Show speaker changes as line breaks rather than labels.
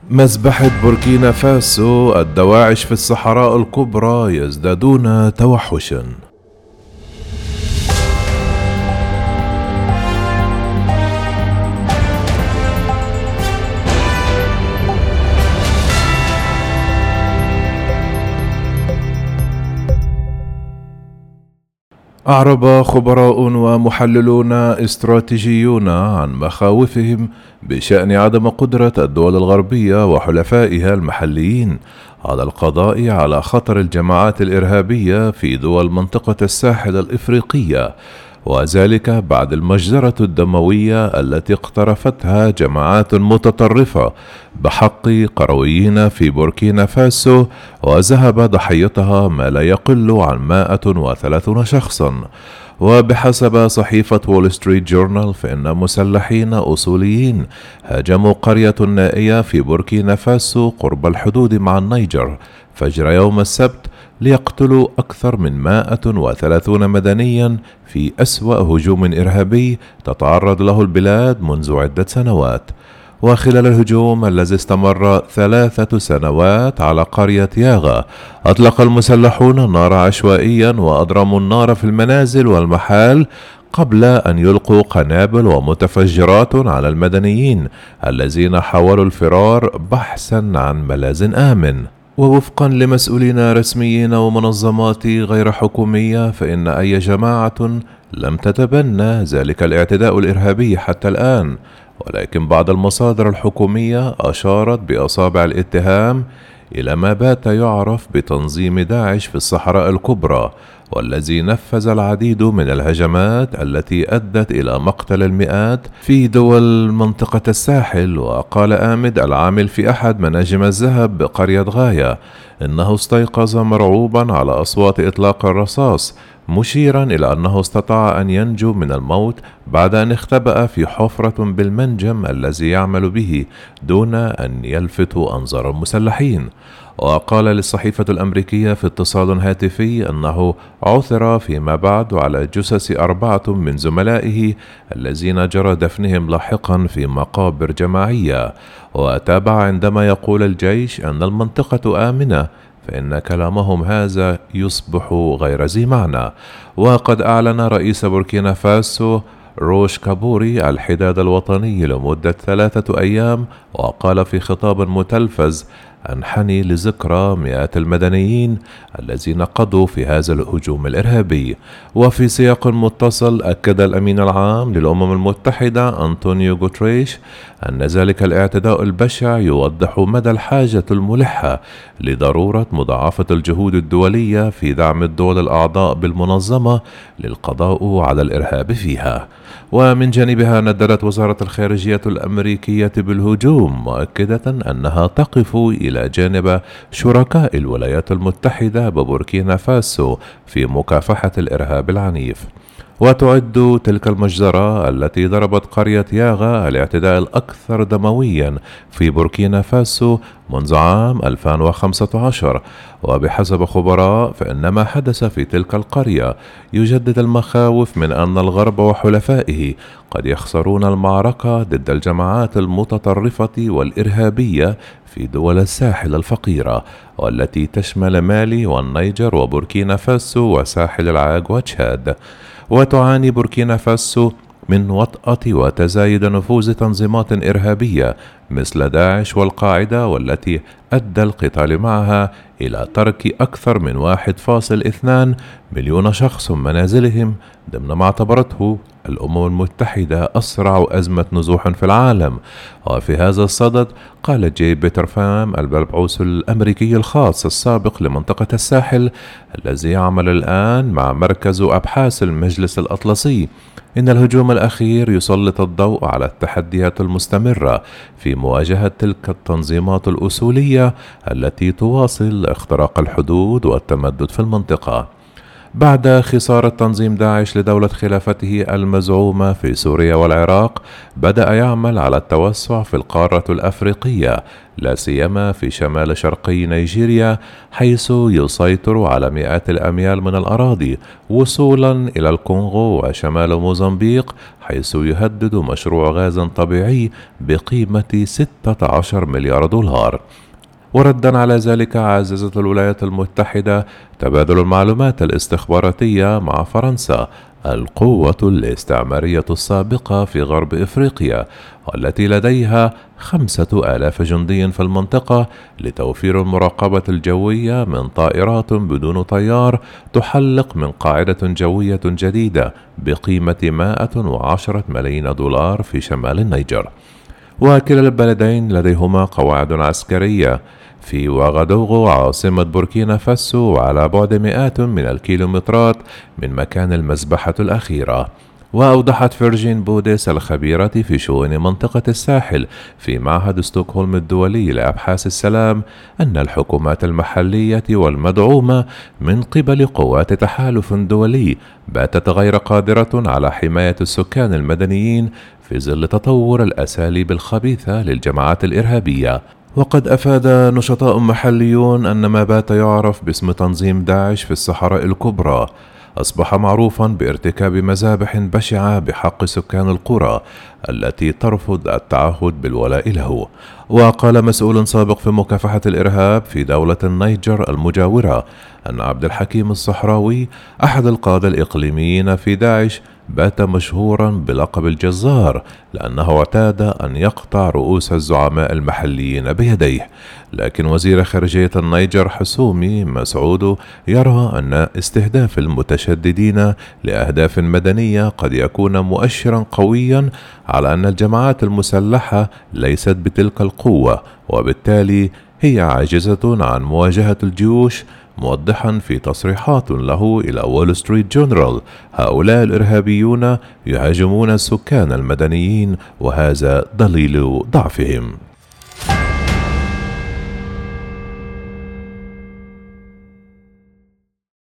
مذبحة بوركينا فاسو، الدواعش في الصحراء الكبرى يزدادون توحشا. أعرب خبراء ومحللون استراتيجيون عن مخاوفهم بشأن عدم قدرة الدول الغربية وحلفائها المحليين على القضاء على خطر الجماعات الإرهابية في دول منطقة الساحل الإفريقية، وذلك بعد المجزرة الدموية التي اقترفتها جماعات متطرفة بحق قرويين في بوركينا فاسو، وذهب ضحيتها ما لا يقل عن 130 شخصا. وبحسب صحيفة وول ستريت جورنال، فإن مسلحين أصوليين هاجموا قرية نائية في بوركينا فاسو قرب الحدود مع النيجر فجر يوم السبت ليقتلوا أكثر من 130 مدنيا في أسوأ هجوم إرهابي تتعرض له البلاد منذ عدة سنوات. وخلال الهجوم الذي استمر 3 سنوات على قرية ياغا، أطلق المسلحون النار عشوائيا وأضرموا النار في المنازل والمحال قبل أن يلقوا قنابل ومتفجرات على المدنيين الذين حاولوا الفرار بحثا عن ملاذ آمن. ووفقا لمسؤولين رسميين ومنظمات غير حكومية، فإن أي جماعة لم تتبنى ذلك الاعتداء الإرهابي حتى الآن، ولكن بعض المصادر الحكومية أشارت بأصابع الاتهام إلى ما بات يعرف بتنظيم داعش في الصحراء الكبرى، والذي نفذ العديد من الهجمات التي أدت إلى مقتل المئات في دول منطقة الساحل. وقال آمد العامل في أحد مناجم الذهب بقرية غاية إنه استيقظ مرعوبا على أصوات إطلاق الرصاص، مشيرا إلى أنه استطاع أن ينجو من الموت بعد أن اختبأ في حفرة بالمنجم الذي يعمل به دون أن يلفت أنظار المسلحين. وقال للصحيفة الأمريكية في اتصال هاتفي أنه عثر فيما بعد على جثث 4 من زملائه الذين جرى دفنهم لاحقا في مقابر جماعية. وتابع عندما يقول الجيش أن المنطقة آمنة، فإن كلامهم هذا يصبح غير ذي معنى. وقد أعلن رئيس بوركينا فاسو روش كابوري الحداد الوطني لمدة 3 أيام، وقال في خطاب متلفز: أنحني لذكرى مئات المدنيين الذين قضوا في هذا الهجوم الإرهابي. وفي سياق متصل، أكد الأمين العام للأمم المتحدة أنطونيو غوتريش أن ذلك الاعتداء البشع يوضح مدى الحاجة الملحة لضرورة مضاعفة الجهود الدولية في دعم الدول الأعضاء بالمنظمة للقضاء على الإرهاب فيها. ومن جانبها، نددت وزارة الخارجية الأمريكية بالهجوم، مؤكدة أنها تقف إلى جانب شركاء الولايات المتحدة ببوركينا فاسو في مكافحة الإرهاب العنيف. وتعد تلك المجزرة التي ضربت قرية ياغا الاعتداء الأكثر دمويا في بوركينا فاسو منذ عام 2015. وبحسب خبراء، فإن ما حدث في تلك القرية يجدد المخاوف من أن الغرب وحلفائه قد يخسرون المعركة ضد الجماعات المتطرفة والإرهابية في دول الساحل الفقيرة، والتي تشمل مالي والنيجر وبوركينا فاسو وساحل العاج وتشاد. وتعاني بوركينا فاسو من وطأة وتزايد نفوذ تنظيمات إرهابية مثل داعش والقاعدة، والتي أدى القتال معها إلى ترك أكثر من 1.2 مليون شخص منازلهم، ضمن ما اعتبرته الأمم المتحدة أسرع أزمة نزوح في العالم. وفي هذا الصدد، قال جي بيترفام المبعوث الأمريكي الخاص السابق لمنطقة الساحل الذي يعمل الآن مع مركز أبحاث المجلس الأطلسي، إن الهجوم الأخير يسلط الضوء على التحديات المستمرة في مواجهة تلك التنظيمات الأصولية التي تواصل اختراق الحدود والتمدد في المنطقة. بعد خسارة تنظيم داعش لدولة خلافته المزعومة في سوريا والعراق، بدأ يعمل على التوسع في القارة الأفريقية، لا سيما في شمال شرقي نيجيريا، حيث يسيطر على مئات الأميال من الأراضي، وصولا إلى الكونغو وشمال موزمبيق، حيث يهدد مشروع غاز طبيعي بقيمة 16 مليار دولار. وردا على ذلك، عززت الولايات المتحدة تبادل المعلومات الاستخباراتية مع فرنسا، القوة الاستعمارية السابقة في غرب إفريقيا، والتي لديها 5000 جندي في المنطقة، لتوفير المراقبة الجوية من طائرات بدون طيار تحلق من قاعدة جوية جديدة بقيمة 110 ملايين دولار في شمال النيجر. وكلا البلدين لديهما قواعد عسكرية في واغادوغو عاصمة بوركينا فاسو، وعلى بعد مئات من الكيلومترات من مكان المذبحة الأخيرة. وأوضحت فيرجين بوديس الخبيرة في شؤون منطقة الساحل في معهد ستوكهولم الدولي لأبحاث السلام أن الحكومات المحلية والمدعومة من قبل قوات تحالف دولي باتت غير قادرة على حماية السكان المدنيين في ظل تطور الأساليب الخبيثة للجماعات الإرهابية. وقد أفاد نشطاء محليون أن ما بات يعرف باسم تنظيم داعش في الصحراء الكبرى أصبح معروفا بارتكاب مذابح بشعة بحق سكان القرى التي ترفض التعهد بالولاء له. وقال مسؤول سابق في مكافحة الإرهاب في دولة النيجر المجاورة أن عبد الحكيم الصحراوي أحد القادة الإقليميين في داعش بات مشهورا بلقب الجزار، لأنه اعتاد أن يقطع رؤوس الزعماء المحليين بيديه. لكن وزير خارجية النيجر حسومي مسعود يرى أن استهداف المتشددين لأهداف مدنية قد يكون مؤشرا قويا على أن الجماعات المسلحة ليست بتلك القوة، وبالتالي هي عاجزة عن مواجهة الجيوش، موضحا في تصريحات له إلى وول ستريت جورنال: هؤلاء الإرهابيون يهاجمون السكان المدنيين، وهذا دليل ضعفهم.